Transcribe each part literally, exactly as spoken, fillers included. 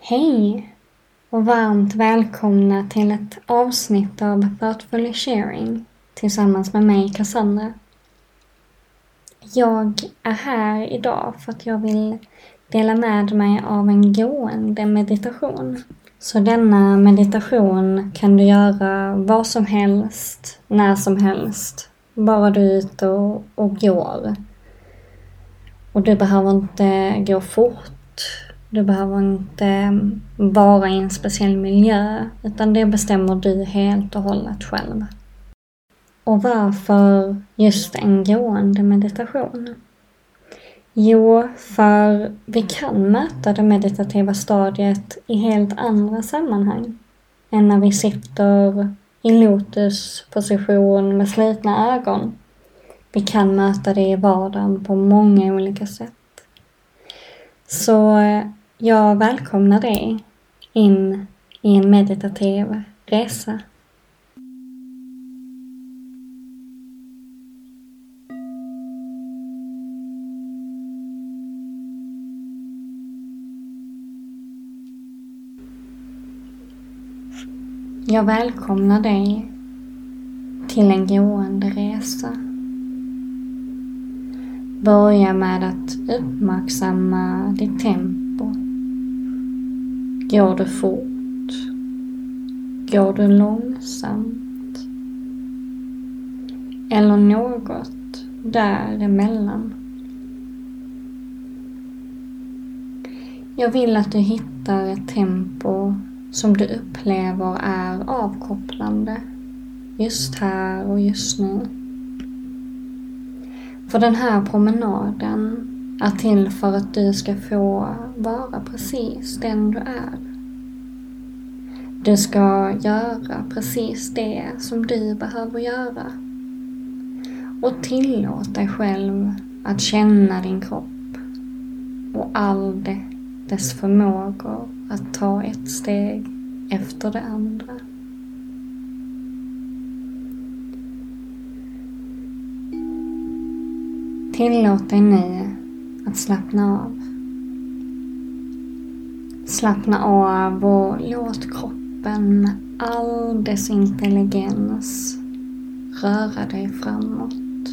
Hej och varmt välkomna till ett avsnitt av Thoughtfully Sharing tillsammans med mig Cassandra. Jag är här idag för att jag vill dela med mig av en gående meditation. Så denna meditation kan du göra var som helst, när som helst, bara du är ute och, och går. Och du behöver inte gå fort. Du behöver inte vara i en speciell miljö, utan det bestämmer du helt och hållet själv. Och varför just en gående meditation? Jo, för vi kan möta det meditativa stadiet i helt andra sammanhang än när vi sitter i lotusposition med slutna ögon. Vi kan möta det i vardagen på många olika sätt. Så jag välkomnar dig in i en meditativ resa. Jag välkomnar dig till en gående resa. Börja med att uppmärksamma ditt tempo. Går du fort? Går du långsamt? Eller något däremellan? Jag vill att du hittar ett tempo som du upplever är avkopplande just här och just nu. För den här promenaden är till för att du ska få vara precis den du är. Du ska göra precis det som du behöver göra. Och tillåt dig själv att känna din kropp och all det, dess förmågor att ta ett steg efter det andra. Tillåt dig nu att slappna av. Slappna av och låt kroppen med all dess intelligens röra dig framåt.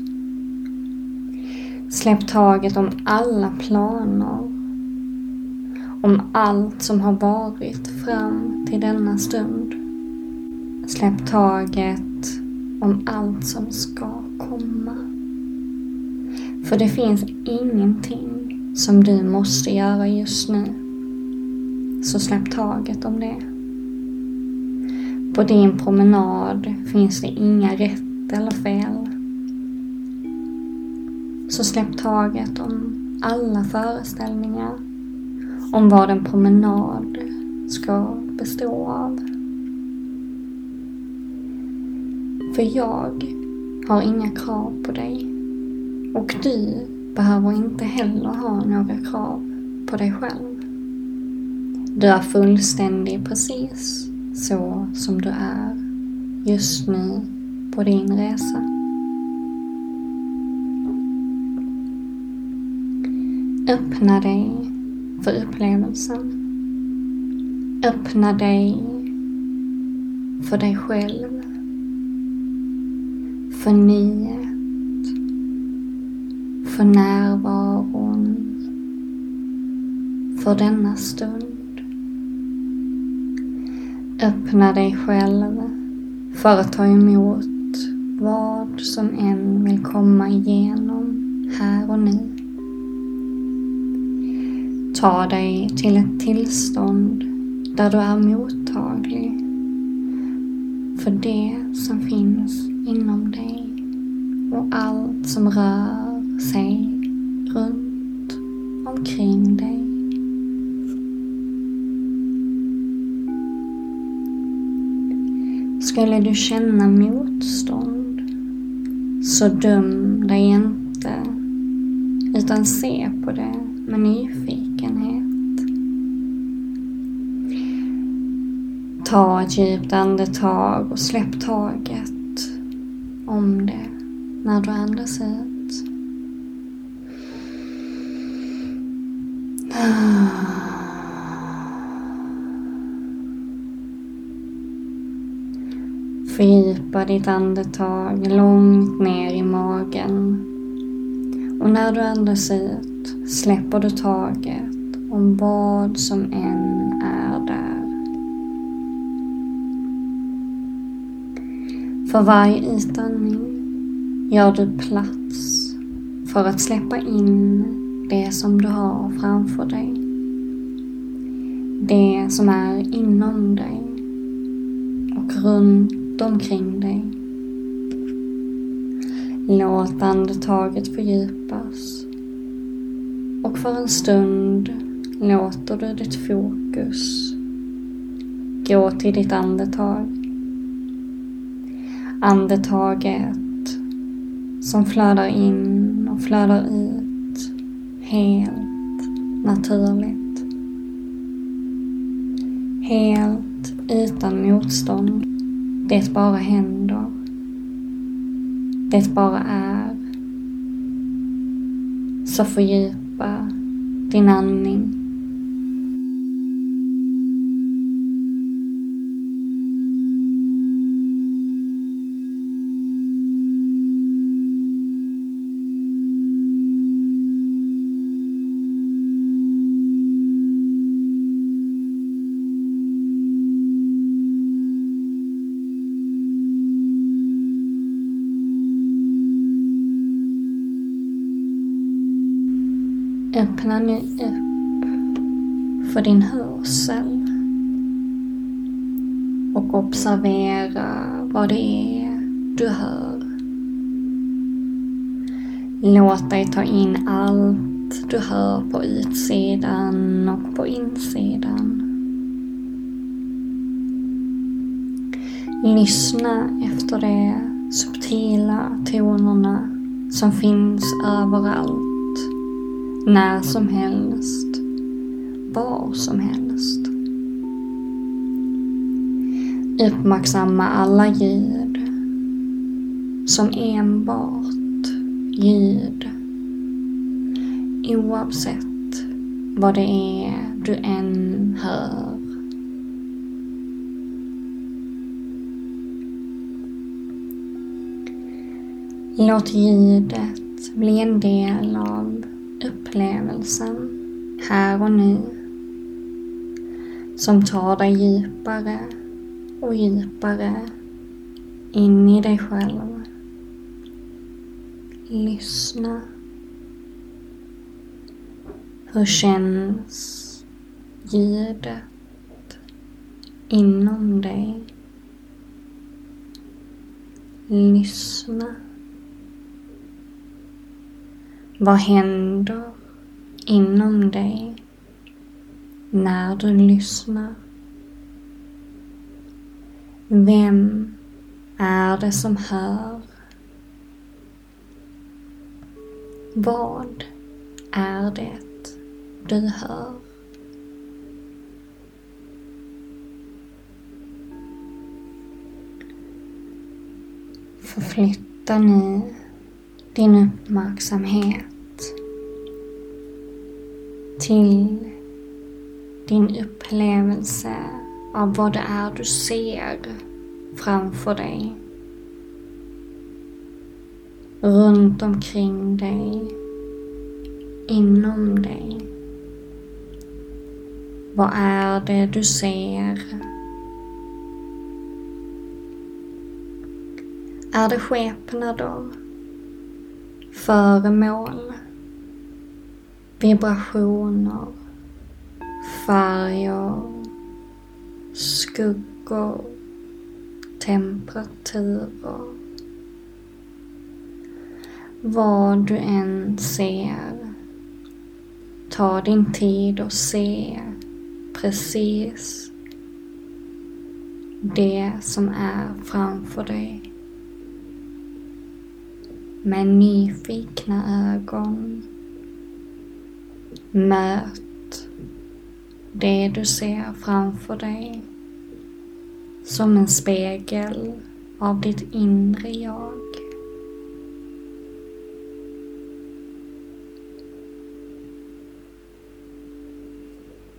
Släpp taget om alla planer, om allt som har varit fram till denna stund. Släpp taget om allt som ska komma. För det finns ingenting som du måste göra just nu. Så släpp taget om det. På din promenad finns det inga rätt eller fel. Så släpp taget om alla föreställningar om vad en promenad ska bestå av. För jag har inga krav på dig. Och du behöver inte heller ha några krav på dig själv. Du är fullständig precis så som du är just nu på din resa. Öppna dig för upplevelsen. Öppna dig för dig själv. För nuet. För närvaron. För denna stund. Öppna dig själv för att ta emot vad som än vill komma igenom här och nu. Ta dig till ett tillstånd där du är mottaglig för det som finns inom dig och allt som rör sig runt omkring dig. Skulle du känna motstånd, så döm dig inte, utan se på det med nyfikenhet. Ta ett djupt andetag och släpp taget om det när du andas ut. Fördjupa ditt andetag långt ner i magen. Och när du andas ut släpper du taget om vad som än är där. För varje utandning gör du plats för att släppa in det som du har framför dig. Det som är inom dig och runt omkring dig. Låt andetaget fördjupas och för en stund låter du ditt fokus gå till ditt andetag. Andetaget som flödar in och flödar ut helt naturligt. Helt utan motstånd. Det bara händer. Det bara är. Så fördjupa din andning. Öppna nu upp för din hörsel och observera vad det är du hör. Låt dig ta in allt du hör på utsidan och på insidan. Lyssna efter de subtila tonerna som finns överallt. När som helst, var som helst. Uppmärksamma alla ljud som enbart ljud. Oavsett vad det är du än hör. Låt ljudet bli en del av upplevelsen här och nu som tar dig djupare och djupare in i dig själv. Lyssna. Hur känns ljudet inom dig? Lyssna. Vad händer inom dig när du lyssnar? Vem är det som hör? Vad är det du hör? Förflytta nu din uppmärksamhet till din upplevelse av vad det är du ser framför dig, runt omkring dig, inom dig. Vad är det du ser? Är det skepnader, föremål, vibrationer, färger, skuggor, temperaturer? Vad du än ser, ta din tid och se precis det som är framför dig. Med nyfikna ögon. Möt det du ser framför dig som en spegel av ditt inre jag.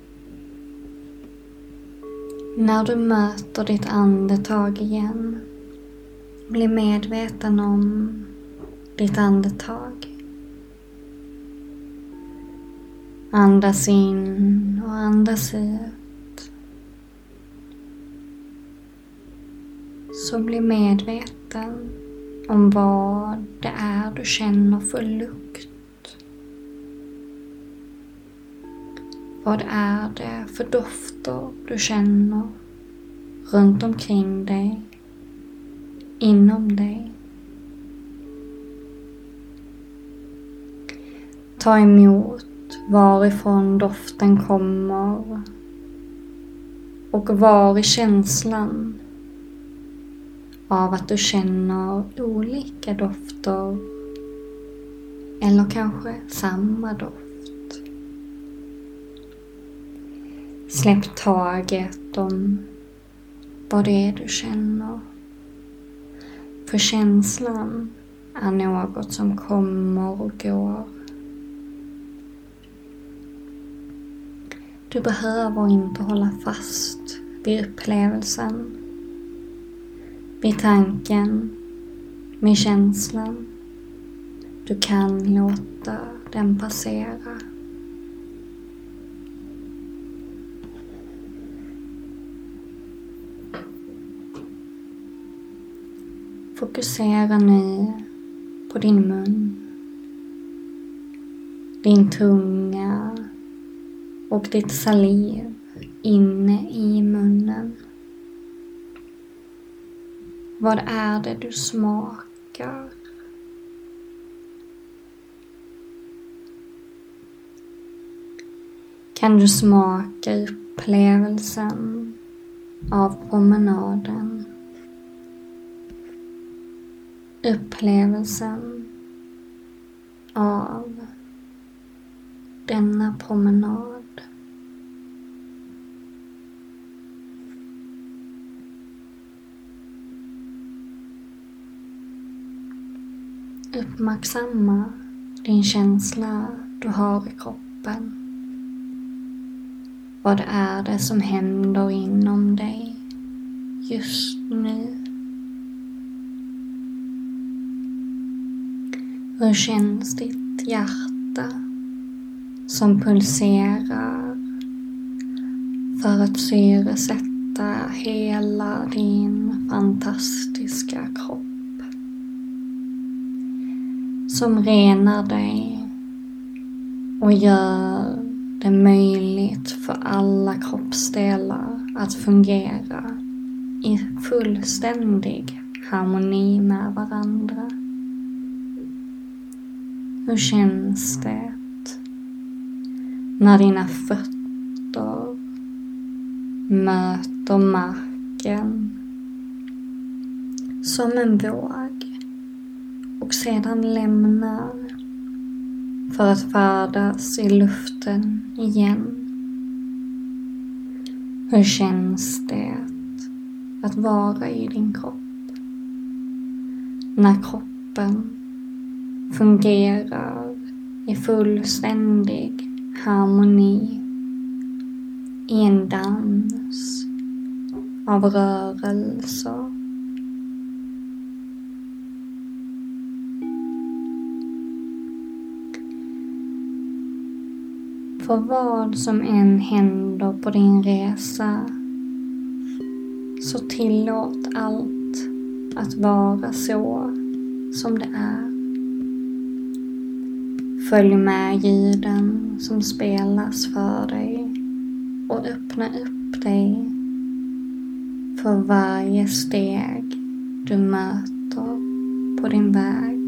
När du möter ditt andetag igen, Bli medveten om ditt andetag. Andas in och andas ut. Så bli medveten om vad det är du känner för lukt. Vad är det för dofter du känner runt omkring dig, inom dig? Ta emot varifrån doften kommer och var i känslan av att du känner olika dofter eller kanske samma doft. Släpp taget om vad det är du känner. För känslan är något som kommer och går. Du behöver inte hålla fast vid upplevelsen, vid tanken, med känslan. Du kan låta den passera. Fokusera nu på din mun, din tunga och ditt saliv inne i munnen. Vad är det du smakar? Kan du smaka upplevelsen av promenaden? Upplevelsen av denna promenad. Uppmärksamma din känsla du har i kroppen. Vad är det som händer inom dig just nu? Hur känns ditt hjärta som pulserar för att syresätta hela din fantastiska kropp? Som renar dig och gör det möjligt för alla kroppsdelar att fungera i fullständig harmoni med varandra. Hur känns det när dina fötter möter marken som en våg och sedan lämnar för att färdas i luften igen? Hur känns det att vara i din kropp? När kroppen fungerar i fullständig harmoni i en dans av rörelser. För vad som än händer på din resa, så tillåt allt att vara så som det är. Följ med ljuden som spelas för dig och öppna upp dig för varje steg du möter på din väg.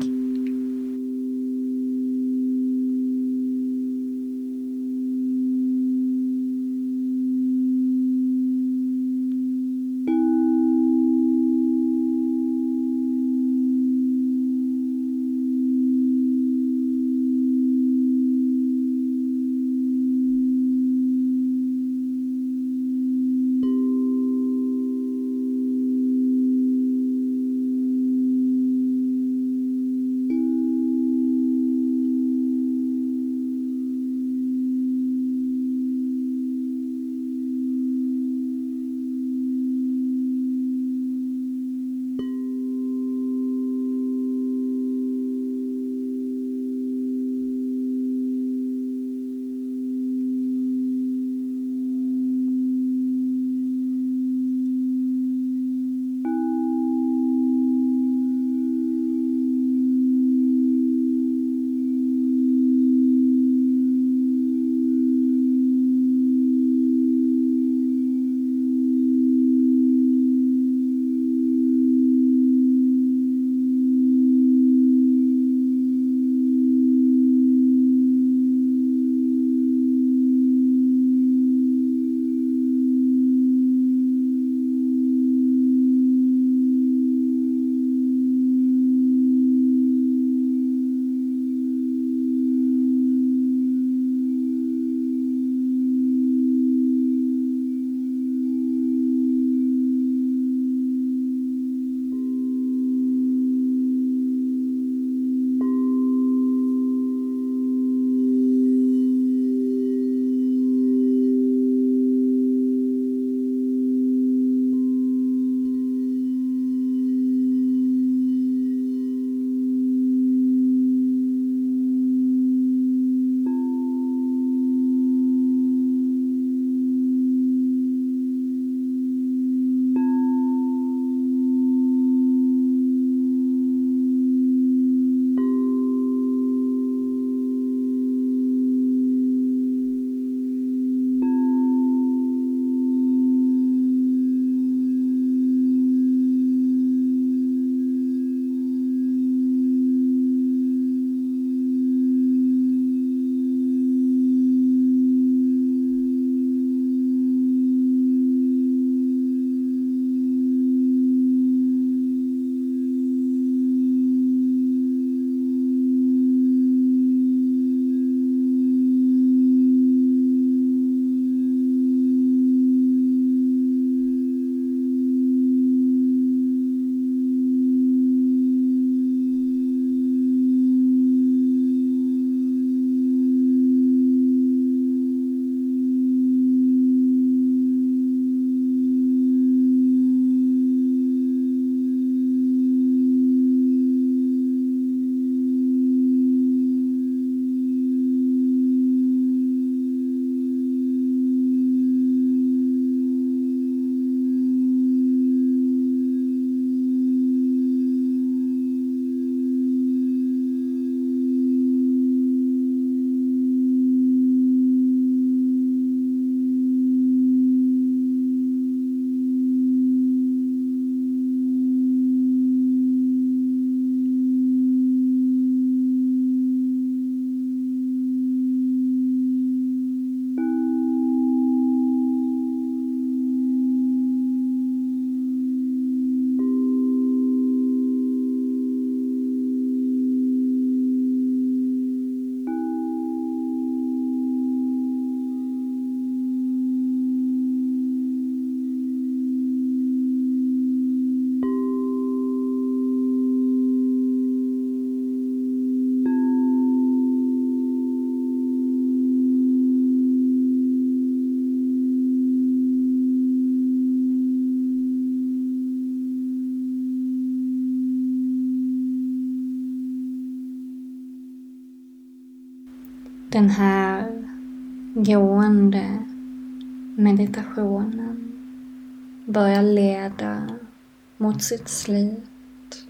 den här gående meditationen börjar leda mot sitt slut,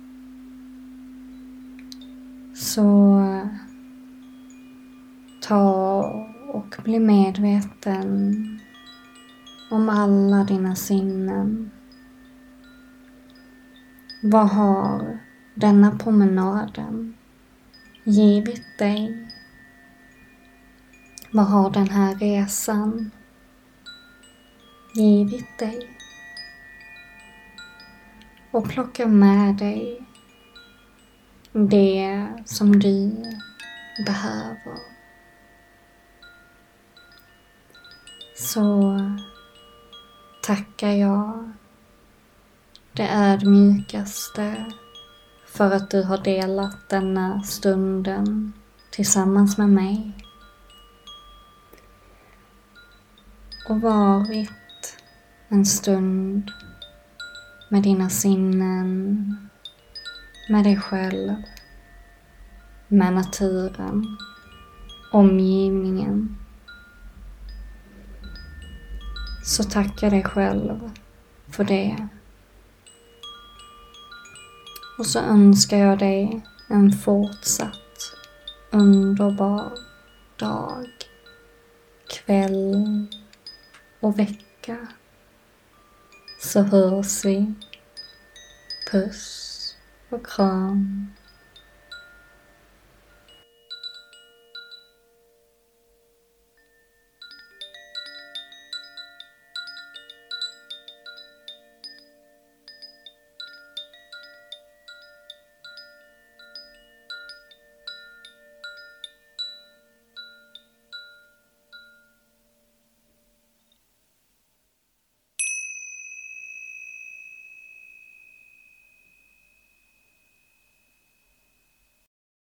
så ta och bli medveten om alla dina sinnen. Vad har denna promenaden givit dig? Vad har den här resan givit dig? Och plocka med dig det som du behöver. Så tackar jag det ödmjukaste för att du har delat denna stunden tillsammans med mig och varit en stund med dina sinnen, med dig själv, med naturen, omgivningen. Så tacka dig själv för det. Och så önskar jag dig en fortsatt underbar dag, kväll och vecka. Så hörs vi. Puss och kram.